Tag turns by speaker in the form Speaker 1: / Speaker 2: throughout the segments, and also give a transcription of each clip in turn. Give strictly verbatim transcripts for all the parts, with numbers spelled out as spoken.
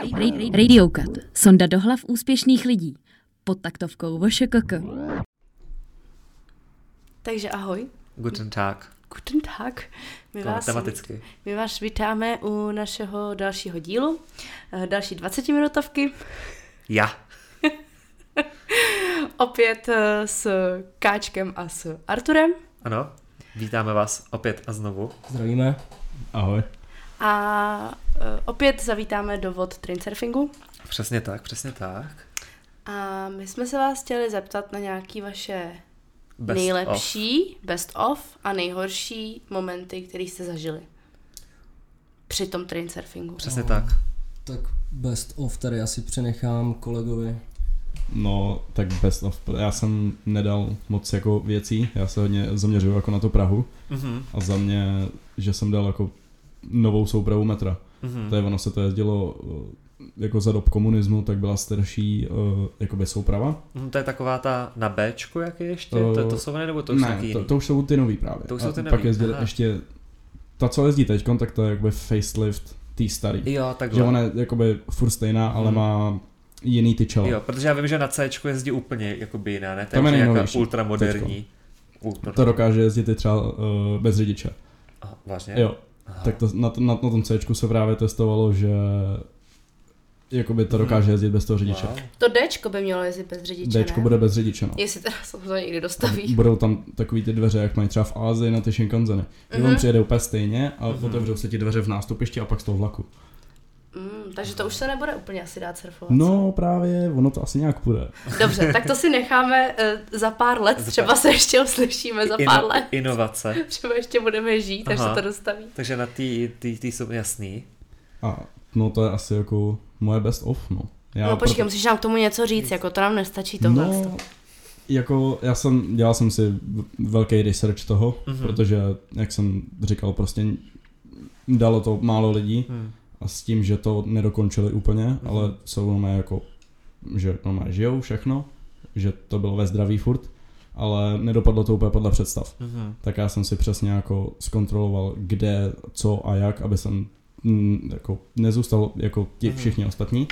Speaker 1: Radio Cut. Sonda do hlav úspěšných lidí. Pod taktovkou V Š K K.
Speaker 2: Takže ahoj.
Speaker 3: Guten Tag.
Speaker 2: Guten Tag. My vás,
Speaker 3: tematicky.
Speaker 2: My vás vítáme u našeho dalšího dílu. Další dvacetiminutovky.
Speaker 3: Ja.
Speaker 2: Opět s Káčkem a s Arturem.
Speaker 3: Ano, vítáme vás opět a znovu.
Speaker 4: Zdravíme. Ahoj.
Speaker 2: A uh, opět zavítáme do vod trainsurfingu.
Speaker 3: Přesně tak, přesně tak.
Speaker 2: A my jsme se vás chtěli zeptat na nějaké vaše
Speaker 3: Best
Speaker 2: nejlepší,
Speaker 3: of.
Speaker 2: best of a nejhorší momenty, které jste zažili při tom trainsurfingu.
Speaker 3: Přesně tak.
Speaker 4: Tak best of tady asi přenechám kolegovi. No, tak best of. Já jsem nedal moc jako věcí, já se hodně zaměřuju jako na tu Prahu.
Speaker 3: Mm-hmm.
Speaker 4: A za mě, že jsem dal jako novou soupravu metra.
Speaker 3: Mm-hmm.
Speaker 4: To je, ono se to jezdilo jako za dob komunismu, tak byla starší uh, jakoby souprava.
Speaker 3: Mm, to je taková ta na Bčku, jak je ještě? Uh, to, to jsou ne, nebo to už
Speaker 4: ne,
Speaker 3: taky
Speaker 4: to, to už jsou ty nový právě.
Speaker 3: To už jsou ty
Speaker 4: a
Speaker 3: nový.
Speaker 4: pak jezdili
Speaker 3: Aha.
Speaker 4: ještě, ta co jezdí teďkon, tak to je jakoby facelift tý starý.
Speaker 3: Jo, takhle.
Speaker 4: Že ona je jakoby furt stejná, ale
Speaker 3: Hmm.
Speaker 4: má jiný ty čelo.
Speaker 3: Jo, protože já vím, že na Cčku jezdí úplně jakoby jiná, ne? To
Speaker 4: Tam je
Speaker 3: je nějaká
Speaker 4: nejnovější.
Speaker 3: ultramoderní. Ultra.
Speaker 4: To dokáže jezdit i třeba uh, bez řidiče.
Speaker 3: Aha, vážně?
Speaker 4: Jo,
Speaker 3: Aha.
Speaker 4: tak to, na, na, na tom Cčku se právě testovalo, že jakoby to dokáže jezdit bez toho řidiče.
Speaker 3: Wow.
Speaker 2: To Dčko by mělo jezdit bez řidiče,
Speaker 4: Dčko
Speaker 2: ne?
Speaker 4: bude bez řidiče, no.
Speaker 2: Jestli teda se to někdy dostaví.
Speaker 4: Budou tam takový ty dveře, jak mají třeba v Ázii na ty Shinkanzeny. Že
Speaker 2: Mhm.
Speaker 4: on přijede úplně stejně a
Speaker 3: Mhm.
Speaker 4: otevřou se ti dveře v nástupišti a pak z toho vlaku.
Speaker 2: Mm, takže to už se nebude úplně asi dát surfovat.
Speaker 4: No právě, ono to asi nějak půjde.
Speaker 2: Dobře, tak to si necháme uh, za pár let,
Speaker 3: Za
Speaker 2: třeba
Speaker 3: pár-
Speaker 2: se ještě uslyšíme za
Speaker 3: Ino-
Speaker 2: pár let.
Speaker 3: Inovace.
Speaker 2: Třeba ještě budeme žít, až
Speaker 3: Aha.
Speaker 2: se to dostaví.
Speaker 3: Takže na ty, ty, ty jsou jasný.
Speaker 4: A no to je asi jako moje best of, no. Já
Speaker 2: No počkej,
Speaker 4: proto-
Speaker 2: musíš nám k tomu něco říct, jako to nám nestačí tohle.
Speaker 4: No, jako já jsem, dělal jsem si velký research toho,
Speaker 3: Mhm.
Speaker 4: protože, jak jsem říkal, prostě dalo to málo lidí
Speaker 3: Hmm.
Speaker 4: a s tím, že to nedokončili úplně,
Speaker 3: Mhm.
Speaker 4: ale jsou normálně jako, že normálně žijou všechno, že to bylo ve zdraví furt, ale nedopadlo to úplně podle představ.
Speaker 3: Mhm.
Speaker 4: Tak já jsem si přesně jako zkontroloval, kde, co a jak, aby jsem mm, jako nezůstal jako ti
Speaker 3: Mhm.
Speaker 4: všichni ostatní.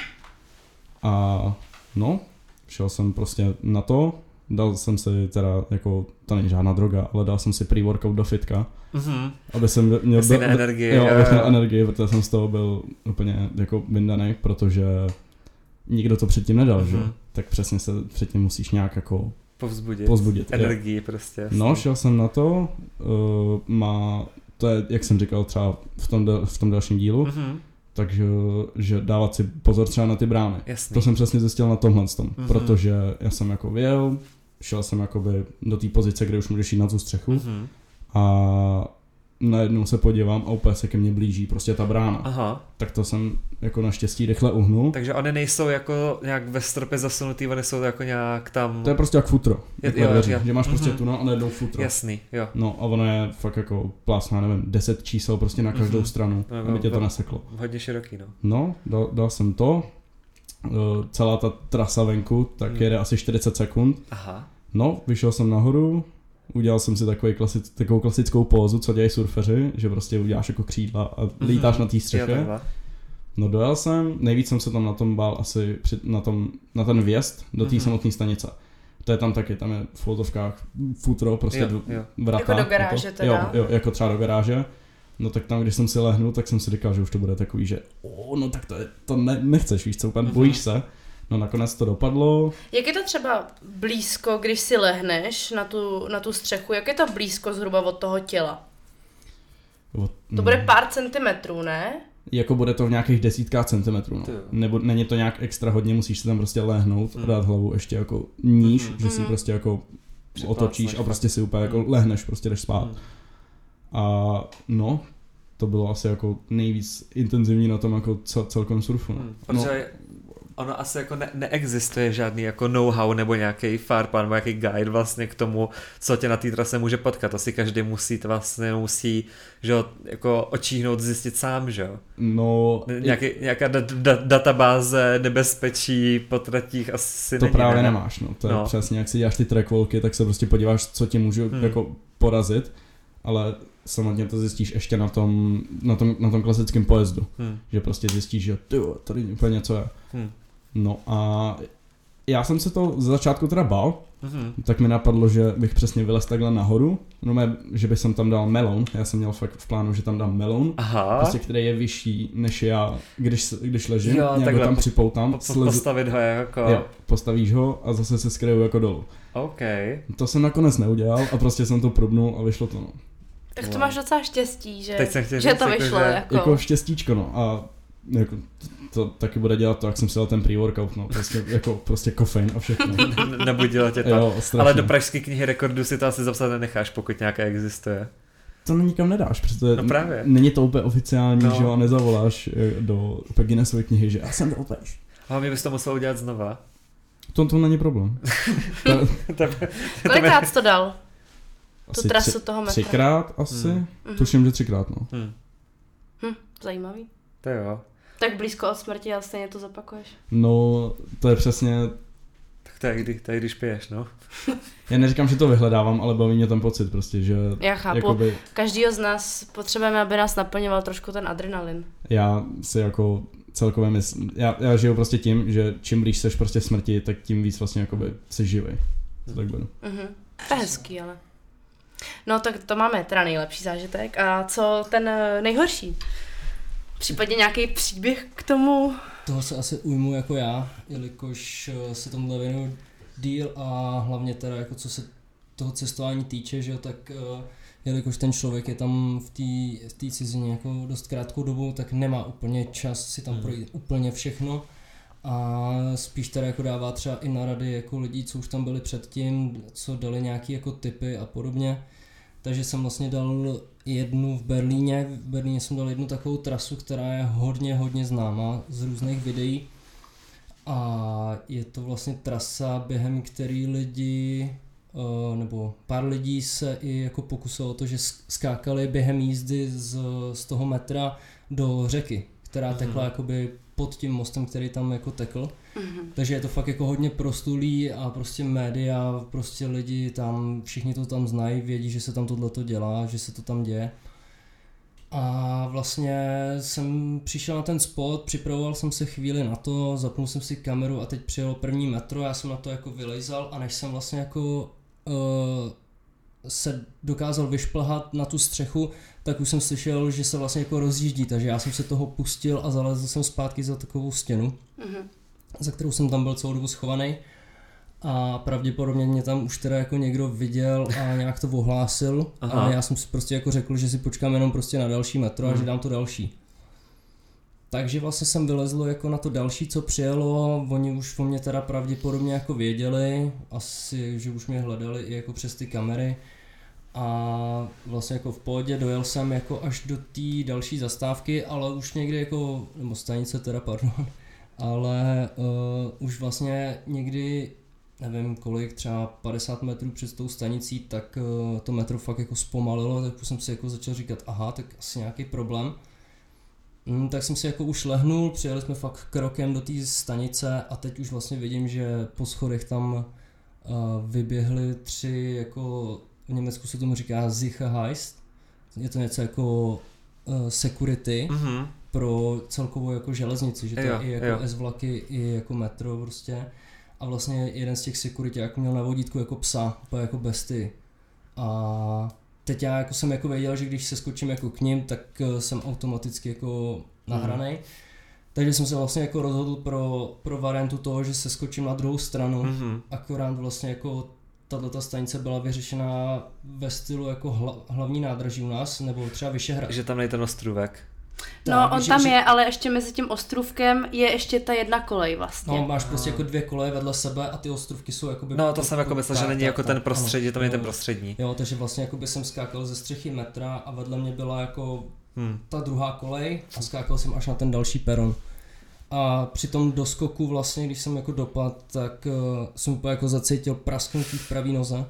Speaker 4: A no, šel jsem prostě na to, dal jsem si teda, jako, to není žádná droga, ale dal jsem si pre-workout do fitka,
Speaker 3: Mhm.
Speaker 4: aby jsem měl
Speaker 3: Asi na energii,
Speaker 4: jo,
Speaker 3: jo,
Speaker 4: abych
Speaker 3: jo.
Speaker 4: měl energii, protože jsem z toho byl úplně jako vyndaný, protože nikdo to předtím nedal, že?
Speaker 3: Mhm.
Speaker 4: Tak přesně se předtím musíš nějak jako
Speaker 3: Povzbudit.
Speaker 4: pozbudit. Jo.
Speaker 3: Energii prostě. Jasný.
Speaker 4: No, šel jsem na to, uh, má, to je, jak jsem říkal třeba v tom, del, v tom dalším dílu,
Speaker 3: Mhm.
Speaker 4: takže že dávat si pozor třeba na ty brány.
Speaker 3: Jasný.
Speaker 4: To jsem přesně zjistil na tomhle tom,
Speaker 3: Mhm.
Speaker 4: protože já jsem jako vyjel, šel jsem jakoby do té pozice, kde už můžeš jít na tu střechu
Speaker 3: Mhm.
Speaker 4: a najednou se podívám a úplně se ke mně blíží prostě ta brána.
Speaker 3: Aha.
Speaker 4: Tak to jsem jako naštěstí rychle uhnul.
Speaker 3: Takže oni nejsou jako nějak ve stropě zasunutý, oni jsou jako nějak tam...
Speaker 4: To je prostě jak futro,
Speaker 3: Je-
Speaker 4: jako
Speaker 3: jo,
Speaker 4: dveře,
Speaker 3: jo.
Speaker 4: že máš prostě
Speaker 3: Mhm.
Speaker 4: tunel a najednou futro.
Speaker 3: Jasný, jo.
Speaker 4: No a ono je fakt jako plásná, nevím, deset čísel prostě na každou
Speaker 3: Mhm.
Speaker 4: stranu,
Speaker 3: No,
Speaker 4: aby
Speaker 3: no,
Speaker 4: tě to
Speaker 3: no.
Speaker 4: neseklo.
Speaker 3: Hodně široký, no.
Speaker 4: No, dal, dal jsem to, uh, celá ta trasa venku, tak
Speaker 3: Hmm.
Speaker 4: jede asi čtyřicet sekund.
Speaker 3: Aha.
Speaker 4: No, vyšel jsem nahoru, udělal jsem si takový klasic, takovou klasickou pózu, co dělají surfery, že prostě uděláš jako křídla a lítáš
Speaker 3: Mhm.
Speaker 4: na té
Speaker 3: Jo,
Speaker 4: střeche.
Speaker 3: takhle.
Speaker 4: No dojel jsem, nejvíc jsem se tam na tom bál asi při, na, tom, na ten vjezd do té
Speaker 3: Mhm.
Speaker 4: samotné stanice. To je tam taky, tam je v fotovkách futro, prostě
Speaker 3: Jo,
Speaker 4: dv-
Speaker 3: jo.
Speaker 4: vrata.
Speaker 2: Jako do garáže
Speaker 4: jako,
Speaker 2: teda?
Speaker 4: Jo, jo, jako třeba do garáže. No tak tam, když jsem si lehnul, tak jsem si říkal, že už to bude takový, že o, no tak to, je, to ne, nechceš, víš co, úplně
Speaker 3: Mhm.
Speaker 4: bojíš se. No nakonec to dopadlo.
Speaker 2: Jak je to třeba blízko, když si lehneš na tu, na tu střechu, jak je to blízko zhruba od toho těla?
Speaker 4: O,
Speaker 2: To bude pár centimetrů, ne?
Speaker 4: Jako bude to v nějakých desítkách centimetrů, no.
Speaker 3: Ty jo.
Speaker 4: Nebo není to nějak extra hodně, musíš se tam prostě lehnout a
Speaker 3: Hmm.
Speaker 4: dát hlavu ještě jako níž,
Speaker 3: Mhm.
Speaker 4: že si
Speaker 2: Mhm.
Speaker 4: prostě jako otočíš
Speaker 3: Připlácneš
Speaker 4: a prostě si úplně jako
Speaker 3: Hmm.
Speaker 4: lehneš, prostě jdeš spát.
Speaker 3: Mhm.
Speaker 4: A no, to bylo asi jako nejvíc intenzivní na tom jako cel, celkom surfu. No.
Speaker 3: Hmm. Protože ono asi jako ne- neexistuje žádný jako know-how nebo nějaký farplan nebo nějaký guide vlastně k tomu, co tě na té trase může potkat. Asi každý musí to vlastně musí, že jo, jako očíhnout, zjistit sám, že jo.
Speaker 4: No,
Speaker 3: Nějaký, nějaká da- da- databáze nebezpečí, potratích asi
Speaker 4: to
Speaker 3: není,
Speaker 4: právě
Speaker 3: ne?
Speaker 4: nemáš, no. To je
Speaker 3: No.
Speaker 4: přesně, jak si děláš ty trackwalky, tak se prostě podíváš, co tě můžu
Speaker 3: Hmm.
Speaker 4: jako porazit, ale samotně to zjistíš ještě na tom, na tom, na tom klasickém pojezdu.
Speaker 3: Hmm.
Speaker 4: Že prostě zjistíš, že tyjo, tady úplně něco je.
Speaker 3: Hmm.
Speaker 4: No a já jsem se to z začátku teda bál,
Speaker 3: Hmm.
Speaker 4: tak mi napadlo, že bych přesně vylez takhle nahoru, no mé, že bych jsem tam dal melon, já jsem měl fakt v plánu, že tam dám melon,
Speaker 3: Aha.
Speaker 4: prostě, který je vyšší než já, když, když ležím,
Speaker 3: Jo,
Speaker 4: nějak ho tam připoutám,
Speaker 3: po, po,
Speaker 4: slezu,
Speaker 3: postavit ho jako...
Speaker 4: jo, postavíš ho a zase se skryju jako dolů.
Speaker 3: OK.
Speaker 4: To jsem nakonec neudělal a prostě jsem to prubnul a vyšlo to, no.
Speaker 2: Tak to máš docela štěstí, že,
Speaker 3: Teď jsem chtěl
Speaker 2: že
Speaker 3: říct,
Speaker 2: to
Speaker 3: jako,
Speaker 2: vyšlo.
Speaker 3: že-
Speaker 2: Jako.
Speaker 4: Jako štěstíčko, no a jako, to taky bude dělat to, jak jsem si dal ten pre-workout, no, prostě, jako, prostě kofein a všechno.
Speaker 3: N- Nebudilo tě to.
Speaker 4: Jo, strašně.
Speaker 3: Ale do pražské knihy rekordů si to asi zapsat nenecháš, pokud nějaké existuje.
Speaker 4: To nikam nedáš, protože
Speaker 3: No právě.
Speaker 4: není to úplně oficiální,
Speaker 3: No.
Speaker 4: že jo, a nezavoláš eh, do úplně Guinnessovy knihy, že já jsem byl peš.
Speaker 3: Hlavně bys to musel udělat znova.
Speaker 4: To, to není problém. To,
Speaker 3: Tebe-
Speaker 2: Kolikrát jsi to dal? Tu
Speaker 4: asi
Speaker 2: trasu
Speaker 4: tři,
Speaker 2: toho metra?
Speaker 4: třikrát asi,
Speaker 3: Hmm.
Speaker 2: Mhm.
Speaker 4: tuším, že třikrát, no.
Speaker 3: Hm,
Speaker 2: Hm, zajímavý.
Speaker 3: to jo.
Speaker 2: Tak blízko od smrti a stejně to zapakuješ.
Speaker 4: No, to je přesně,
Speaker 3: Tak to je, kdy, to je když piješ, no.
Speaker 4: já neříkám, že to vyhledávám, ale baví mě ten pocit prostě, že
Speaker 2: Já chápu.
Speaker 4: jakoby,
Speaker 2: Každýho z nás potřebujeme, aby nás naplňoval trošku ten adrenalin.
Speaker 4: já si jako celkově myslím, já, já žiju prostě tím, že čím blíž seš prostě smrti, tak tím víc vlastně jakoby jsi živej. To tak beru.
Speaker 2: Mhm. To je hezký, ale. No tak to máme teda nejlepší zážitek. A co ten eh, nejhorší? Případně nějaký příběh k tomu?
Speaker 5: Toho se asi ujmu jako já, jelikož eh, se tomuhle věnuju díl a hlavně teda jako co se toho cestování týče, že jo, tak eh, jelikož ten člověk je tam v té v té cizině jako dost krátkou dobu, tak nemá úplně čas si tam
Speaker 3: Hmm.
Speaker 5: projít úplně všechno a spíš teda jako dává třeba i na rady jako lidí, co už tam byli předtím, co dali nějaký jako tipy a podobně. Takže jsem vlastně dal jednu v Berlíně, v Berlíně jsem dal jednu takovou trasu, která je hodně, hodně známá z různých videí a je to vlastně trasa, během který lidi, eh, nebo pár lidí se i jako pokusilo o to, že sk- skákali během jízdy z, z toho metra do řeky, která tekla jakoby pod tím mostem, který tam jako tekl.
Speaker 2: Mhm.
Speaker 5: Takže je to fakt jako hodně prostulý a prostě média, prostě lidi tam, všichni to tam znají, vědí, že se tam tohleto dělá, že se to tam děje. A vlastně jsem přišel na ten spot, připravoval jsem se chvíli na to, zapnul jsem si kameru a teď přijelo první metro, já jsem na to jako vylejzal a než jsem vlastně jako uh, se dokázal vyšplhat na tu střechu, tak už jsem slyšel, že se vlastně jako rozjíždí, takže já jsem se toho pustil a zalezl jsem zpátky za takovou stěnu,
Speaker 2: Mhm.
Speaker 5: za kterou jsem tam byl celou dobu schovaný. A pravděpodobně mě tam už teda jako někdo viděl a nějak to ohlásil.
Speaker 3: Aha.
Speaker 5: A já jsem si prostě jako řekl, že si počkám jenom prostě na další metro a
Speaker 3: Hmm.
Speaker 5: že dám to další. Takže vlastně jsem vylezl jako na to další, co přijelo, oni už o mě teda pravděpodobně jako věděli, asi, že už mě hledali i jako přes ty kamery. A vlastně jako v pohodě dojel jsem jako až do té další zastávky, ale už někdy jako, nebo stanice teda, pardon, ale uh, už vlastně někdy, nevím kolik, třeba padesát metrů před tou stanicí, tak uh, to metro fakt jako zpomalilo, tak už jsem si jako začal říkat, aha, tak asi nějaký problém. Mm, tak jsem si jako už lehnul, přijeli jsme fakt krokem do té stanice a teď už vlastně vidím, že po schodech tam uh, vyběhly tři jako, v Německu se tomu říká Sicherheist, je to něco jako uh, security
Speaker 3: Mhm.
Speaker 5: pro celkovou jako železnici, že to
Speaker 3: Jo,
Speaker 5: je i jako
Speaker 3: jo.
Speaker 5: S-vlaky, i jako metro prostě. A vlastně jeden z těch securityáků měl na vodítku jako psa, úplně jako besty. A teď já jako jsem jako věděl, že když se skočím jako k ním, tak eh, jsem automaticky jako nahranej. Takže jsem se vlastně jako rozhodl pro, pro variantu toho, že se skočím na druhou stranu.
Speaker 3: Mhm.
Speaker 5: Akorát vlastně jako tato stanice byla vyřešená ve stylu jako hla, hlavní nádraží u nás, nebo třeba Vyšehrad.
Speaker 3: Že tam nejde ten ostrůvek.
Speaker 2: No,
Speaker 5: Tak,
Speaker 2: on
Speaker 5: že-
Speaker 2: tam
Speaker 5: že-
Speaker 2: je, ale ještě mezi tím ostrůvkem je ještě ta jedna kolej vlastně.
Speaker 5: No, máš prostě jako dvě koleje vedle sebe a ty ostrůvky jsou jakoby...
Speaker 3: No to jsem jako myslel, že
Speaker 5: tak,
Speaker 3: není
Speaker 5: tak,
Speaker 3: jako
Speaker 5: tak,
Speaker 3: ten prostředí,
Speaker 5: ano.
Speaker 3: tam je ten
Speaker 5: Jo,
Speaker 3: prostřední.
Speaker 5: Jo, takže vlastně jakoby jsem skákal ze střechy metra a vedle mě byla jako
Speaker 3: Hmm.
Speaker 5: ta druhá kolej a skákal jsem až na ten další peron. A při tom doskoku vlastně, když jsem jako dopad, tak uh, jsem úplně jako zacítil prasknutí v pravý noze.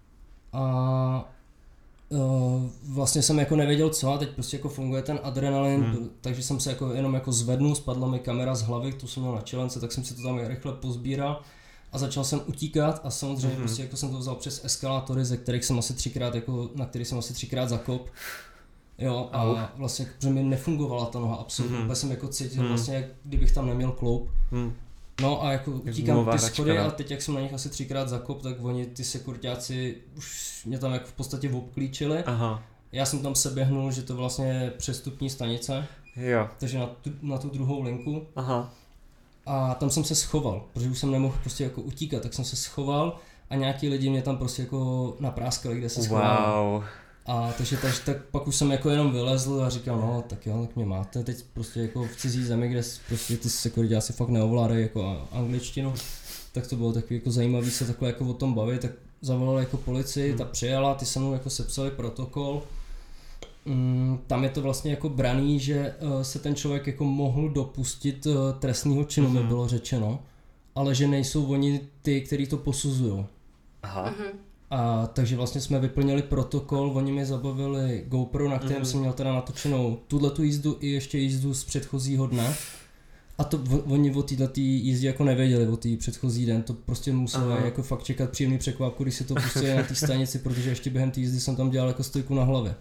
Speaker 5: A uh, vlastně jsem jako nevěděl co a teď prostě jako funguje ten adrenalin,
Speaker 3: Hmm.
Speaker 5: takže jsem se jako jenom jako zvednul, spadla mi kamera z hlavy, tu jsem měl na čelence, tak jsem si to tam rychle pozbíral a začal jsem utíkat a samozřejmě
Speaker 3: mm-hmm.
Speaker 5: prostě jako jsem to vzal přes eskalátory, ze kterých jsem asi třikrát jako, na kterých jsem asi třikrát zakop. Jo, a
Speaker 3: Au.
Speaker 5: vlastně, protože mi nefungovala ta noha absolutně,
Speaker 3: Mhm.
Speaker 5: mm-hmm. jsem jako cítil
Speaker 3: Mhm.
Speaker 5: vlastně, jak kdybych tam neměl kloup.
Speaker 3: Hmm.
Speaker 5: No a jako
Speaker 3: Jak
Speaker 5: utíkám
Speaker 3: gumová
Speaker 5: ty
Speaker 3: hračka,
Speaker 5: schody
Speaker 3: no.
Speaker 5: a teď jak jsem na nich asi třikrát zakop, tak oni ty sekuritáci už mě tam jako v podstatě obklíčili.
Speaker 3: Aha,
Speaker 5: Já jsem tam seběhnul, že to vlastně je přestupní stanice,
Speaker 3: jo,
Speaker 5: takže na tu, na tu druhou linku.
Speaker 3: aha,
Speaker 5: A tam jsem se schoval, protože už jsem nemohl prostě jako utíkat, tak jsem se schoval a nějaký lidi mě tam prostě jako napráskali, kde se schovám.
Speaker 3: wow.
Speaker 5: A takže, takže tak pak už jsem jako jenom vylezl a říkal, no tak jo, tak mě máte teď prostě jako v cizí zemi, kde prostě ty sekuritáci fakt neovládají jako angličtinu. Tak to bylo takový jako zajímavý se takhle jako o tom bavit, tak zavolali jako policii,
Speaker 3: Hmm.
Speaker 5: ta přijela, ty se mnou jako sepsali protokol. Mm, tam je to vlastně jako braný, že uh, se ten člověk jako mohl dopustit uh, trestného činu,
Speaker 3: Mhm.
Speaker 5: mi bylo řečeno, ale že nejsou oni ty, kteří to posuzují.
Speaker 3: Aha,
Speaker 2: Mhm.
Speaker 5: A takže vlastně jsme vyplnili protokol, oni mi zabavili GoPro, na kterém
Speaker 3: Mhm.
Speaker 5: jsem měl teda natočenou tuhletu jízdu i ještě jízdu z předchozího dne. A to v- oni o této jízdě jako nevěděli, o té předchozí den, to prostě muselo
Speaker 3: Aha.
Speaker 5: jako fakt čekat příjemný překvapku, když si to pustili na té stanici, protože ještě během té jízdy jsem tam dělal jako stojku na hlavě.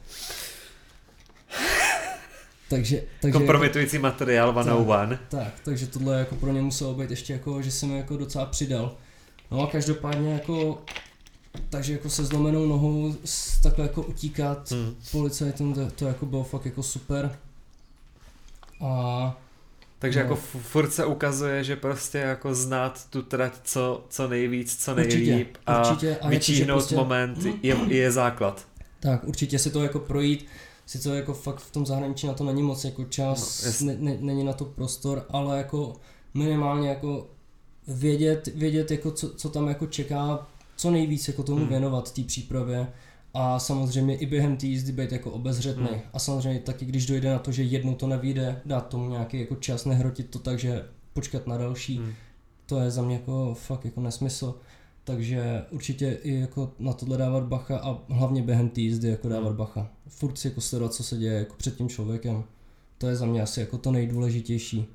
Speaker 5: Takže, takže
Speaker 3: kompromitující materiál sto jedna.
Speaker 5: tak, takže tohle jako pro ně muselo být ještě jako, že jsem jako docela přidal. No a každopádně jako, takže jako se zlomenou nohou s- takhle jako utíkat
Speaker 3: Hmm.
Speaker 5: policajtům, to, to jako bylo fakt jako super. A
Speaker 3: Takže
Speaker 5: No.
Speaker 3: jako f- furt se ukazuje, že prostě jako znát tu trať co, co nejvíc, co
Speaker 5: Určitě,
Speaker 3: nejlíp a
Speaker 5: určitě. A jakože
Speaker 3: vyčíhnout
Speaker 5: prostě-
Speaker 3: moment je, je základ.
Speaker 5: tak určitě si to jako projít, sice jako fakt v tom zahraničí na to není moc jako čas,
Speaker 3: No, jasně.
Speaker 5: ne, ne, není na to prostor, ale jako minimálně jako vědět, vědět jako co, co tam jako čeká, co nejvíc jako tomu
Speaker 3: Hmm.
Speaker 5: věnovat té přípravě a samozřejmě i během té jízdy být jako obezřetný
Speaker 3: Hmm.
Speaker 5: a samozřejmě taky když dojde na to, že jednou to nevyjde, dát tomu nějaký jako čas, nehrotit to tak, že počkat na další,
Speaker 3: Hmm.
Speaker 5: to je za mě jako fakt jako nesmysl. Takže určitě i jako na tohle dávat bacha a hlavně během té jízdy jako dávat
Speaker 3: Hmm.
Speaker 5: bacha. Furt si jako sledovat, co se děje jako před tím člověkem. To je za mě asi jako to nejdůležitější.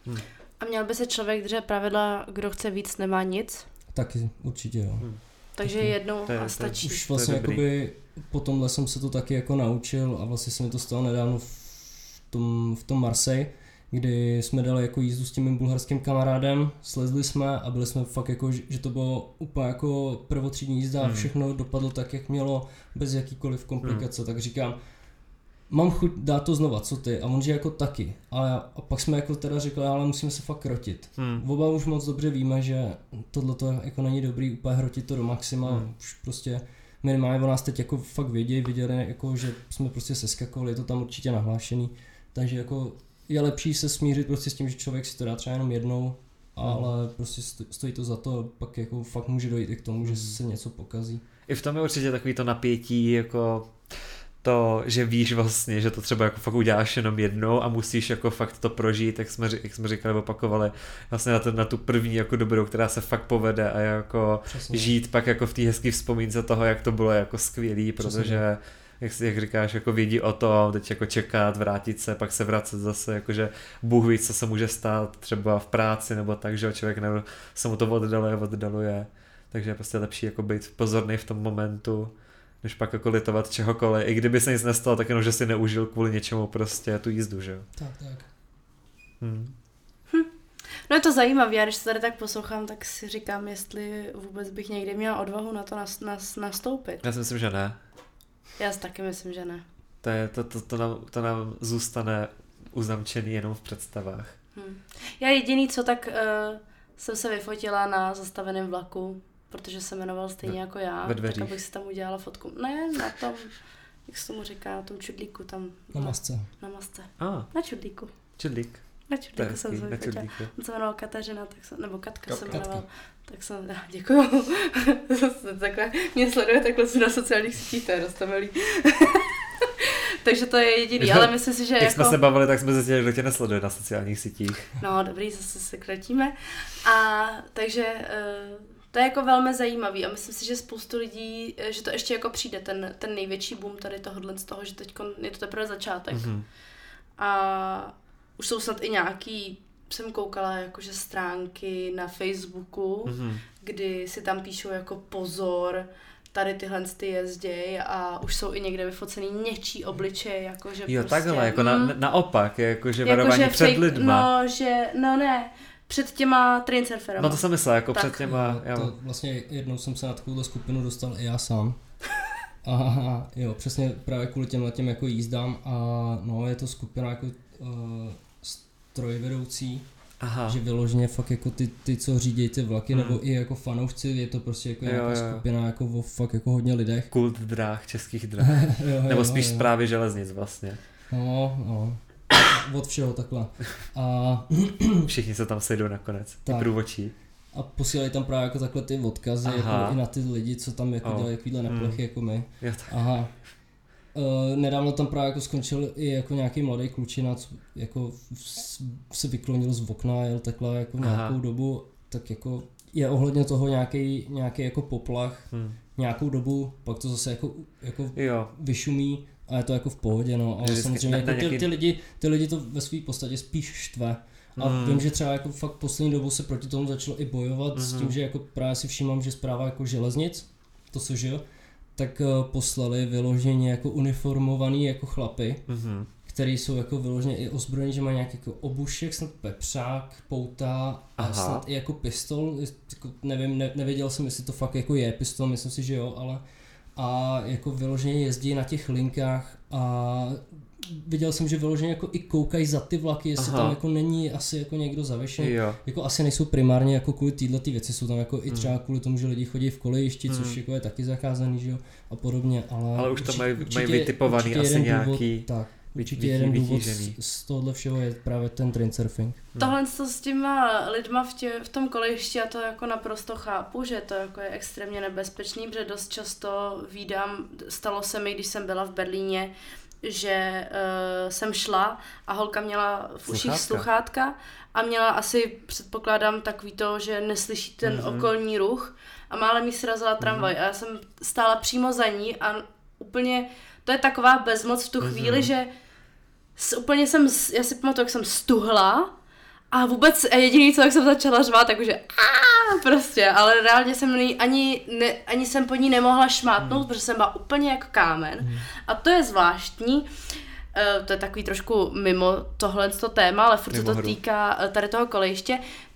Speaker 2: A měl by se člověk držet pravidla, kdo chce víc, nemá nic.
Speaker 5: Taky určitě jo.
Speaker 2: Takže
Speaker 5: Taky.
Speaker 2: jednou
Speaker 3: To je- to
Speaker 2: a
Speaker 3: je-
Speaker 2: stačí.
Speaker 5: Už vlastně
Speaker 3: dobrý.
Speaker 5: jakoby po tomhle jsem se to taky jako naučil a vlastně se mi to stalo nedávno v tom, v tom Marseille, kdy jsme dali jako jízdu s tím mým bulharským kamarádem, slezli jsme a byli jsme fakt jako, že že to bylo úplně jako prvotřídní jízda a
Speaker 3: Hmm.
Speaker 5: všechno dopadlo tak, jak mělo, bez jakýkoliv komplikace, tak říkám, mám chuť dát to znova, co ty? A on že jako taky. A, já, a pak jsme jako teda řekli, ale musíme se fakt hrotit.
Speaker 3: Hmm.
Speaker 5: Oba už moc dobře víme, že tohle jako není dobrý úplně hrotit to do maxima,
Speaker 3: Hmm.
Speaker 5: už prostě minimálně o nás teď jako fakt vědějí, viděli jako, že jsme prostě seskakovali, je to tam určitě nahlášený, takže jako je lepší se smířit prostě s tím, že člověk si to dá třeba jenom jednou, ale prostě sto- stojí to za to, pak jako fakt může dojít i k tomu, že se něco pokazí.
Speaker 3: I v tom je určitě takový to napětí, jako to, že víš vlastně, že to třeba jako fakt uděláš jenom jednou a musíš jako fakt to prožít, jak jsme, ři- jak jsme říkali, opakovali, vlastně na, ten, na tu první jako dobrou, která se fakt povede a jako
Speaker 5: Přesně.
Speaker 3: žít pak jako v té hezký vzpomínce toho, jak to bylo jako skvělý,
Speaker 5: Přesně.
Speaker 3: protože jak, si, jak říkáš, jako vědí o to, teď jako čekat, vrátit se, pak se vracet zase, jakože Bůh ví, co se může stát třeba v práci nebo tak, že člověk nebo se mu to oddaluje, oddaluje, takže je prostě lepší jako být pozorný v tom momentu, než pak jako litovat čehokoliv. I kdyby se nic nestalo, tak jenom, že si neužil kvůli něčemu prostě tu jízdu, že jo.
Speaker 5: Tak, tak.
Speaker 3: Hmm.
Speaker 2: No je to zajímavé, já když to tady tak poslouchám, tak si říkám, jestli vůbec bych někdy měla odvahu na to nas, nas, nastoupit.
Speaker 3: Já si myslím, že ne.
Speaker 2: Já si taky myslím, že ne.
Speaker 3: To, je, to, to, to, nám, to nám zůstane uzamčený jenom v představách.
Speaker 2: Hm. Já jediný, co tak uh, jsem se vyfotila na zastaveném vlaku, protože se jmenoval stejně
Speaker 3: Ve-
Speaker 2: jako já,
Speaker 3: ve dveřích.
Speaker 2: tak abych si tam udělala fotku. Ne, na tom, jak se tomu říká, na tom čudlíku tam.
Speaker 5: Na masce.
Speaker 2: Na masce.
Speaker 3: A, ah,
Speaker 2: Na čudlíku.
Speaker 3: čudlík.
Speaker 2: Na
Speaker 3: To je
Speaker 2: čudlíku jsem
Speaker 3: hezký,
Speaker 2: se
Speaker 3: na
Speaker 2: vyfotila.
Speaker 3: čudlíku.
Speaker 2: On se jmenoval Kateřina, tak jsem, nebo Katka se
Speaker 5: Katka.
Speaker 2: jmenoval. Tak jsem, ah, děkuju. Takhle, mě sleduje takhle na sociálních sítích, to je dost milý. Takže to je jediný,
Speaker 3: My-
Speaker 2: ale myslím si, že
Speaker 3: Jak
Speaker 2: jako...
Speaker 3: jsme se bavili, tak jsme zjistili, kdo tě nesleduje na sociálních sítích.
Speaker 2: No, dobrý, zase se kratíme. A takže uh, to je jako velmi zajímavý a myslím si, že spoustu lidí, eh, že to ještě jako přijde, ten, ten největší boom tady tohohle z toho, že teď je to teprve začátek.
Speaker 3: Mhm.
Speaker 2: A už jsou snad i nějaký jsem koukala jakože stránky na Facebooku,
Speaker 3: Mhm.
Speaker 2: kdy si tam píšou jako pozor, tady tyhle ty jezděj a už jsou i někde vyfocený něčí obličeje, jakože
Speaker 3: Jo,
Speaker 2: prostě...
Speaker 3: takhle, jako na,
Speaker 2: mm,
Speaker 3: naopak, jakože
Speaker 2: jako,
Speaker 3: varování
Speaker 2: že
Speaker 3: před
Speaker 2: fake,
Speaker 3: lidma.
Speaker 2: No, že, no ne, před těma train surferama.
Speaker 3: No to jsem myslel, jako
Speaker 2: Tak.
Speaker 3: před těma,
Speaker 5: To
Speaker 3: jo.
Speaker 5: vlastně jednou jsem se na takovou skupinu dostal i já sám. A jo, přesně právě kvůli těm těm jako jízdám a no je to skupina jako uh, strojvedoucí,
Speaker 3: Aha.
Speaker 5: že vyloženě fakt jako ty, ty co řídí ty vlaky,
Speaker 3: Hmm.
Speaker 5: nebo i jako fanoušci, je to prostě jako
Speaker 3: Jo,
Speaker 5: nějaká
Speaker 3: jo, jo.
Speaker 5: skupina jako o fakt jako hodně lidech.
Speaker 3: Kult dráh, českých dráh.
Speaker 5: jo,
Speaker 3: Nebo
Speaker 5: jo,
Speaker 3: spíš
Speaker 5: jo.
Speaker 3: zprávy železnic vlastně.
Speaker 5: No, no. Od všeho takhle. A,
Speaker 3: Všichni se tam sejdou nakonec. Ty
Speaker 5: Tak.
Speaker 3: průvočí.
Speaker 5: a posílají tam právě jako takhle ty odkazy
Speaker 3: Aha.
Speaker 5: jako i na ty lidi, co tam jako
Speaker 3: Oh.
Speaker 5: dělají takovýhle neplechy
Speaker 3: Mm.
Speaker 5: jako my.
Speaker 3: Jo, tak.
Speaker 5: Aha. Uh, nedávno tam právě jako skončil i jako nějaký mladý klučina, co jako s- se vyklonil z okna, jel takhle jako
Speaker 3: Aha.
Speaker 5: nějakou dobu, tak jako je ohledně toho nějaký nějaký jako poplach
Speaker 3: Hm.
Speaker 5: nějakou dobu, pak to zase jako, jako
Speaker 3: Jo,
Speaker 5: vyšumí a je to jako v pohodě, no, ale
Speaker 3: Vždycky
Speaker 5: samozřejmě
Speaker 3: na-
Speaker 5: jako
Speaker 3: na
Speaker 5: ty,
Speaker 3: nějaký-
Speaker 5: ty, lidi, ty lidi to ve své podstatě spíš štve. A
Speaker 3: Mm.
Speaker 5: vím, že třeba jako fakt poslední dobou se proti tomu začalo i bojovat s
Speaker 3: Mhm.
Speaker 5: tím, že jako právě si všímám, že zpráva jako železnic, to co žil, tak uh, poslali vyloženě jako uniformovaný jako chlapy,
Speaker 3: mhm.
Speaker 5: který jsou jako vyloženě i ozbrojení, že mají nějaký jako obušek, snad pepřák, pouta a
Speaker 3: Aha.
Speaker 5: snad i jako pistol, jako nevím, ne, nevěděl jsem, jestli to fakt jako je pistol, myslím si, že jo, ale a jako vyloženě jezdí na těch linkách a viděl jsem, že vyloženě jako i koukají za ty vlaky, jestli
Speaker 3: Aha.
Speaker 5: tam jako není asi jako někdo zavěšený.
Speaker 3: Jo.
Speaker 5: Jako asi nejsou primárně jako kvůli téhle ty věci, jsou tam jako i
Speaker 3: Hmm.
Speaker 5: třeba kvůli tomu, že lidi chodí v kolejišti,
Speaker 3: Hmm.
Speaker 5: což jako je taky zakázaný, že jo, a podobně, ale...
Speaker 3: Ale už to
Speaker 5: určitě-
Speaker 3: mají-
Speaker 5: určitě-
Speaker 3: mají vytipovaný
Speaker 5: určitě
Speaker 3: asi
Speaker 5: jeden
Speaker 3: nějaký
Speaker 5: důvod, tak,
Speaker 3: vy-
Speaker 5: určitě
Speaker 3: vy-
Speaker 5: jeden důvod
Speaker 3: vytížený.
Speaker 5: z, z tohohle všeho je právě ten train surfing.
Speaker 2: Tohle to s těma lidma v, tě, v tom kolejišti, já to jako naprosto chápu, že to jako je extrémně nebezpečný, protože dost často vídám, stalo se mi, když jsem byla v Berlíně, že uh, jsem šla a holka měla v uších
Speaker 3: Sluchátka.
Speaker 2: sluchátka a měla asi, předpokládám, takový to, že neslyší ten
Speaker 3: Mhm.
Speaker 2: okolní ruch a málem jí srazila tramvaj a já jsem stála přímo za ní a úplně, to je taková bezmoc v tu
Speaker 3: Mhm.
Speaker 2: chvíli, že s, úplně jsem, s- já si pamatuju, jak jsem stuhla a vůbec a jediný co, jak jsem začala řvát, takže aaa, prostě, ale reálně jsem ní ani, ne, ani jsem po ní nemohla šmátnout, protože jsem byla úplně jako kámen a to je zvláštní. Uh, to je takový trošku mimo tohleto téma, ale furt se
Speaker 3: Mimo
Speaker 2: to
Speaker 3: hru.
Speaker 2: týká uh, tady toho kolejiště.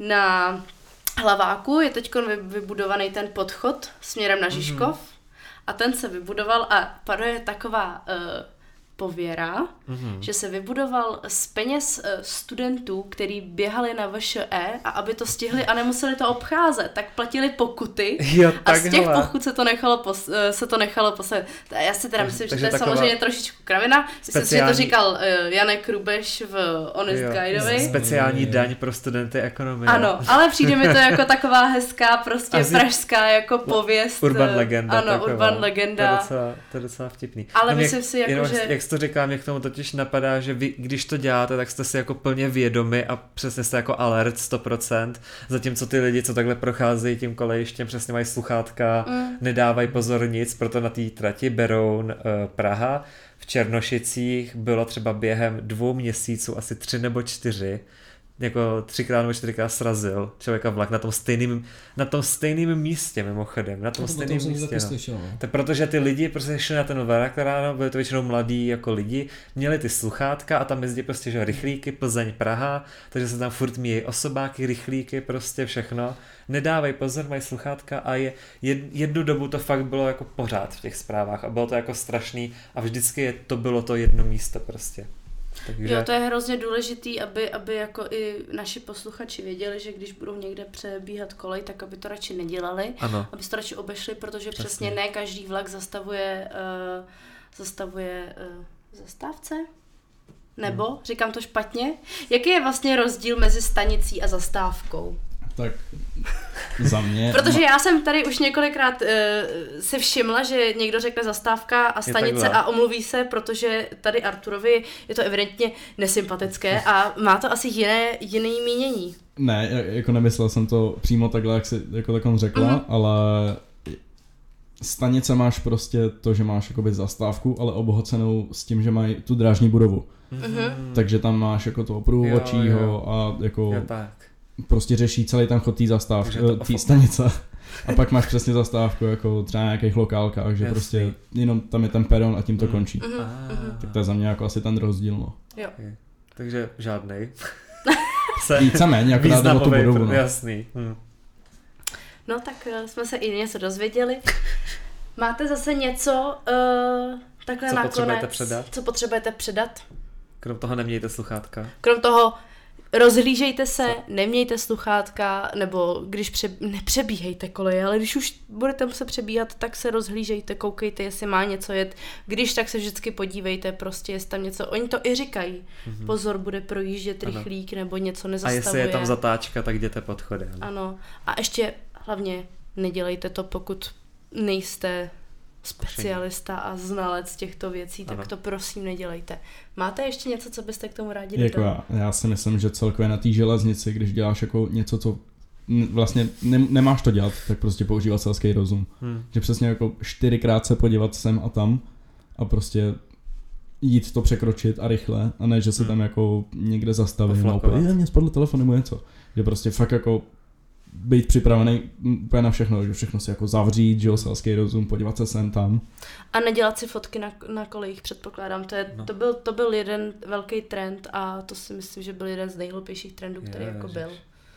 Speaker 2: Na Hlaváku je teď vybudovaný ten podchod směrem na Žižkov a ten se vybudoval a panuje taková uh, pověra,
Speaker 3: Mhm.
Speaker 2: že se vybudoval z peněz uh, studentů, kteří běhali na V Š E a aby to stihli a nemuseli to obcházet, tak platili pokuty
Speaker 3: Jo,
Speaker 2: a z těch
Speaker 3: takhle.
Speaker 2: pokut se to nechalo, pos, uh, se to nechalo postavit. Já si teda
Speaker 3: Takže-
Speaker 2: myslím, že
Speaker 3: takže
Speaker 2: to je
Speaker 3: taková
Speaker 2: samozřejmě trošičku kravina. Myslím si, že to
Speaker 3: speciální-
Speaker 2: říkal uh, Janek Rubeš v Honest
Speaker 3: Jo,
Speaker 2: Guideovi.
Speaker 3: speciální daň pro studenty ekonomie.
Speaker 2: Ano, ale přijde mi to jako taková hezká, prostě
Speaker 3: Asi-
Speaker 2: pražská jako pověst.
Speaker 3: Urban
Speaker 2: eh,
Speaker 3: legenda.
Speaker 2: Ano,
Speaker 3: taková.
Speaker 2: urban
Speaker 3: To je
Speaker 2: legenda.
Speaker 3: docela, to je docela vtipný.
Speaker 2: Ale
Speaker 3: No, mě-
Speaker 2: myslím si, jako,
Speaker 3: jenom,
Speaker 2: že-
Speaker 3: jak jsi to říká, mě k tomu totiž napadá, že vy, když to děláte, tak jste si jako plně vědomi a přesně jste jako alert sto procent, zatímco ty lidi, co takhle procházejí tím kolejištěm, přesně mají sluchátka,
Speaker 2: Mm.
Speaker 3: nedávají pozor nic, proto na té trati Beroun uh, Praha v Černošicích bylo třeba během dvou měsíců asi tři nebo čtyři, jako třikrát nebo čtyřikrát srazil člověka vlak na tom stejným, na tom stejným místě mimochodem, na tom
Speaker 5: No to
Speaker 3: stejném
Speaker 5: potom jsem to
Speaker 3: místě.
Speaker 5: taky
Speaker 3: No.
Speaker 5: slyšel, no.
Speaker 3: Tak protože ty lidi prostě šli na ten vlak ráno, byli to většinou mladí jako lidi, měli ty sluchátka a tam jezdí prostě že rychlíky, Plzeň, Praha, takže se tam furt míjí osobáky, rychlíky, prostě všechno. Nedávají pozor, mají sluchátka a je, jed, jednu dobu to fakt bylo jako pořád v těch zprávách a bylo to jako strašný a vždycky je, to bylo to jedno místo prostě. Takže...
Speaker 2: Jo, to je hrozně důležitý, aby, aby jako i naši posluchači věděli, že když budou někde přebíhat kolej, tak aby to radši nedělali,
Speaker 3: Ano.
Speaker 2: aby to radši obešli, protože
Speaker 3: Přesně.
Speaker 2: přesně ne každý vlak zastavuje, uh, zastavuje uh, zastávce? Nebo, říkám to špatně? Jaký je vlastně rozdíl mezi stanicí a zastávkou?
Speaker 4: Tak za mě...
Speaker 2: Protože já jsem tady už několikrát uh, si všimla, že někdo řekne zastávka a stanice
Speaker 3: takhle.
Speaker 2: a omluví se, protože tady Arturovi je to evidentně nesympatické a má to asi jiné, jiné mínění.
Speaker 4: Ne, jako nemyslel jsem to přímo takhle, jak, si, jako tak on řekla,
Speaker 2: Mhm.
Speaker 4: ale stanice máš prostě to, že máš jakoby zastávku, ale obohacenou s tím, že mají tu drážní budovu.
Speaker 2: Mhm.
Speaker 4: Takže tam máš jako toho průvodčího a jako
Speaker 3: Jo, tak.
Speaker 4: prostě řeší celý ten chod té zastávky,
Speaker 3: Takže to
Speaker 4: té
Speaker 3: ofo-
Speaker 4: stanice. A pak máš přesně zastávku jako třeba na nějakých lokálkách, že
Speaker 3: Jasný.
Speaker 4: prostě jenom tam je ten peron a tím to
Speaker 3: Mm.
Speaker 4: končí.
Speaker 2: Mhm.
Speaker 3: Ah.
Speaker 4: Tak to je za mě jako asi ten rozdíl, no.
Speaker 2: Jo.
Speaker 3: Okay. Takže žádnej. Se
Speaker 4: Víceméně, akorát jde o tu
Speaker 3: významovej,
Speaker 4: budovu, no.
Speaker 3: jasný. Hm.
Speaker 2: No tak uh, jsme se i něco dozvěděli. Máte zase něco uh, takhle
Speaker 3: Co
Speaker 2: nakonec,
Speaker 3: potřebujete předat?
Speaker 2: co potřebujete předat?
Speaker 3: Krom toho nemějte sluchátka.
Speaker 2: Krom toho, rozhlížejte se, nemějte sluchátka, nebo když pře- nepřebíhejte koleje, ale když už budete muset přebíhat, tak se rozhlížejte, koukejte, jestli má něco jet. Když, tak se vždycky podívejte, prostě jestli tam něco, oni to i říkají.
Speaker 3: Mhm.
Speaker 2: Pozor, bude projíždět
Speaker 3: Ano.
Speaker 2: rychlík, nebo něco
Speaker 3: A
Speaker 2: nezastavuje.
Speaker 3: jestli je tam zatáčka, tak jděte pod chodem.
Speaker 2: Ano. A ještě hlavně nedělejte to, pokud nejste specialista a znalec těchto věcí, tak
Speaker 3: Ano.
Speaker 2: to prosím nedělejte. Máte ještě něco, co byste k tomu rádi
Speaker 4: Jako
Speaker 2: dodali?
Speaker 4: já, já si myslím, že celkově na té železnici, když děláš jako něco, co n- vlastně ne, nemáš to dělat, tak prostě používat selský rozum.
Speaker 3: Hm.
Speaker 4: Že přesně jako čtyřikrát se podívat sem a tam a prostě jít to překročit a rychle, a ne, že se
Speaker 3: Hmm.
Speaker 4: tam jako někde zastavím a
Speaker 3: Poflakovat.
Speaker 4: úplně, je, mě spadl telefon nebo něco. Že prostě fakt jako být připravený úplně na všechno, že všechno si jako zavřít, že jo, selský rozum, podívat se sem tam.
Speaker 2: A nedělat si fotky na, na kolejích, předpokládám. To, je,
Speaker 3: No.
Speaker 2: to, byl, to byl jeden velký trend a to si myslím, že byl jeden z nejhloupějších trendů, který jako
Speaker 3: Ježiš.
Speaker 2: byl.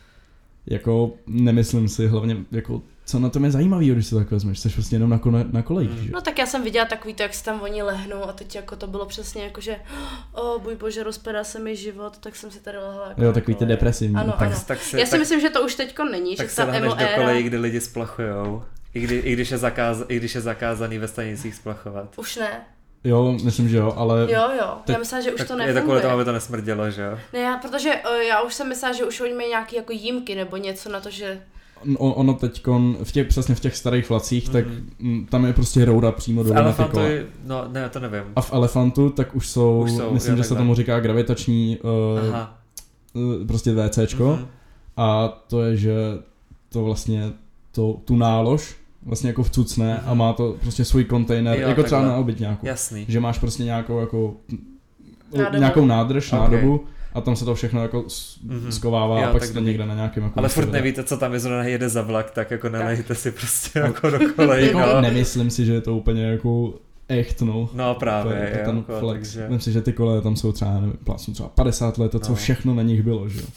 Speaker 4: Jako nemyslím si hlavně, jako co na tom je zajímavý, když se tak vezmeš, jsi prostě jenom na, kole, na kolejích,
Speaker 3: Hmm.
Speaker 4: že?
Speaker 2: No tak já jsem viděla takový to, jak se tam oni lehnou a teď jako to bylo přesně jako, že o bůj bože, rozpadá se mi život, tak jsem si tady lehla jako
Speaker 4: Jo,
Speaker 2: na
Speaker 4: takový ty
Speaker 2: koleje.
Speaker 4: depresivní.
Speaker 2: Ano,
Speaker 4: tak,
Speaker 2: ano.
Speaker 3: Tak si,
Speaker 2: Já si
Speaker 3: tak,
Speaker 2: myslím, že to už teďko není,
Speaker 3: tak
Speaker 2: že
Speaker 3: se
Speaker 2: ta
Speaker 3: lehneš
Speaker 2: emo
Speaker 3: do
Speaker 2: éra...
Speaker 3: kolejí, kdy lidi splachujou. I, kdy, i, když je zakáz, I když je zakázaný ve stanicích splachovat.
Speaker 2: Už ne.
Speaker 4: Jo, myslím, že jo, ale
Speaker 2: Jo, jo.
Speaker 4: Teď-
Speaker 2: Já myslím, že už
Speaker 3: Tak
Speaker 2: to
Speaker 3: je to kvůli
Speaker 2: nefunguje.
Speaker 3: tomu, aby to nesmrdělo, že jo?
Speaker 2: Ne, já, protože uh, já už jsem myslela, že už oni mají nějaký jako jímky nebo něco na to, že...
Speaker 4: on, ono teďkon, v těch, přesně v těch starých vlacích, tak
Speaker 3: Mhm.
Speaker 4: mm, tam je prostě roura přímo
Speaker 3: V
Speaker 4: dole na ty
Speaker 3: Elefantu,
Speaker 4: kola.
Speaker 3: je- no ne, to nevím.
Speaker 4: A v Elefantu tak už jsou,
Speaker 3: Už jsou,
Speaker 4: myslím,
Speaker 3: jo,
Speaker 4: že se
Speaker 3: takhle.
Speaker 4: tomu říká gravitační uh,
Speaker 3: Aha.
Speaker 4: uh, prostě VCčko.
Speaker 3: Mhm.
Speaker 4: A to je, že to vlastně to, tu nálož vlastně jako vcucne
Speaker 3: Mhm.
Speaker 4: a má to prostě svůj kontejner,
Speaker 3: Jo,
Speaker 4: jako třeba
Speaker 3: takhle.
Speaker 4: na obytňáku.
Speaker 3: Jasný.
Speaker 4: Že máš prostě nějakou jako
Speaker 2: Nádobu.
Speaker 4: nějakou nádrž,
Speaker 3: Ok.
Speaker 4: nádobu a tam se to všechno jako s-
Speaker 3: Mhm.
Speaker 4: skovává
Speaker 3: Jo,
Speaker 4: a pak
Speaker 3: tak
Speaker 4: se to
Speaker 3: dobrý.
Speaker 4: někde na nějakém jako
Speaker 3: Ale
Speaker 4: místě
Speaker 3: furt
Speaker 4: vede.
Speaker 3: nevíte, co tam je, zrovna jede za vlak, tak jako nalejte si prostě jako do kolejí,
Speaker 4: Jako
Speaker 3: no.
Speaker 4: nemyslím si, že je to úplně jako echt, no.
Speaker 3: No
Speaker 4: To
Speaker 3: právě,
Speaker 4: je, to
Speaker 3: jo,
Speaker 4: ten
Speaker 3: jako,
Speaker 4: flex.
Speaker 3: takže...
Speaker 4: Myslím si, že ty koleje tam jsou třeba, nevím, plásnu třeba padesát let, to co
Speaker 3: No.
Speaker 4: všechno na nich bylo, že jo.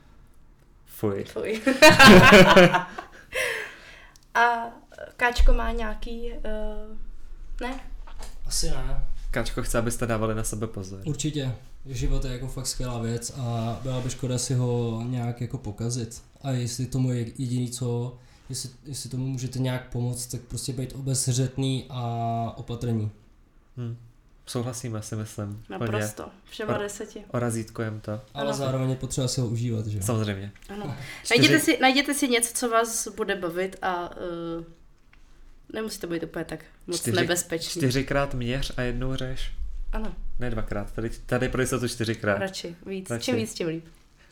Speaker 3: Fuj.
Speaker 2: Fuj. A Káčko má nějaký... Uh, ne?
Speaker 5: Asi ne.
Speaker 3: Kačko chce, abyste dávali na sebe pozor.
Speaker 5: Určitě. Život je jako fakt skvělá věc a byla by škoda si ho nějak jako pokazit. A jestli tomu je jediný co, jestli, jestli tomu můžete nějak pomoct, tak prostě být obezřetný a opatrný.
Speaker 3: Hm. Souhlasíme, si myslím. Plně.
Speaker 2: Naprosto. Všema
Speaker 3: Or-
Speaker 2: deseti.
Speaker 3: Orazítkujem to.
Speaker 5: Ale
Speaker 2: Ano.
Speaker 5: zároveň je potřeba si ho užívat, že jo?
Speaker 3: Samozřejmě.
Speaker 2: Ano.
Speaker 3: Čtyři-
Speaker 2: Najděte si, najděte si něco, co vás bude bavit a uh, nemusí to být úplně tak moc
Speaker 3: Čtyři-
Speaker 2: nebezpečný.
Speaker 3: Čtyřikrát měř a jednou řeš.
Speaker 2: Ano,
Speaker 3: Ne dvakrát, tady, tady pro jistotu čtyřikrát.
Speaker 2: radši. Víc.
Speaker 3: Radši.
Speaker 2: Čím víc, tím líp.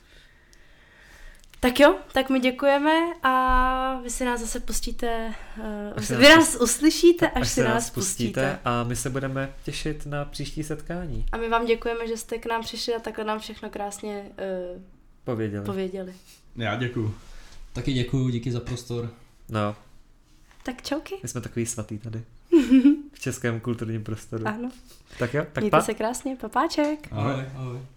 Speaker 2: Tak jo, tak my děkujeme a vy si nás zase pustíte, uh,
Speaker 3: Až se
Speaker 2: vy
Speaker 3: nás
Speaker 2: nás uslyšíte, až,
Speaker 3: Až
Speaker 2: si nás pustíte.
Speaker 3: a my se budeme těšit na příští setkání.
Speaker 2: A my vám děkujeme, že jste k nám přišli a takhle nám všechno krásně uh,
Speaker 3: Pověděli.
Speaker 2: pověděli.
Speaker 4: Já děkuju.
Speaker 5: Taky děkuju, díky za prostor.
Speaker 3: No,
Speaker 2: Tak čauky.
Speaker 3: my jsme takový svatý tady. V českém kulturním prostoru.
Speaker 2: Ano,
Speaker 3: Tak jo, tak
Speaker 2: mějte
Speaker 3: pa.
Speaker 2: se krásně, papáček.
Speaker 4: Ahoj.
Speaker 5: Ahoj. ahoj.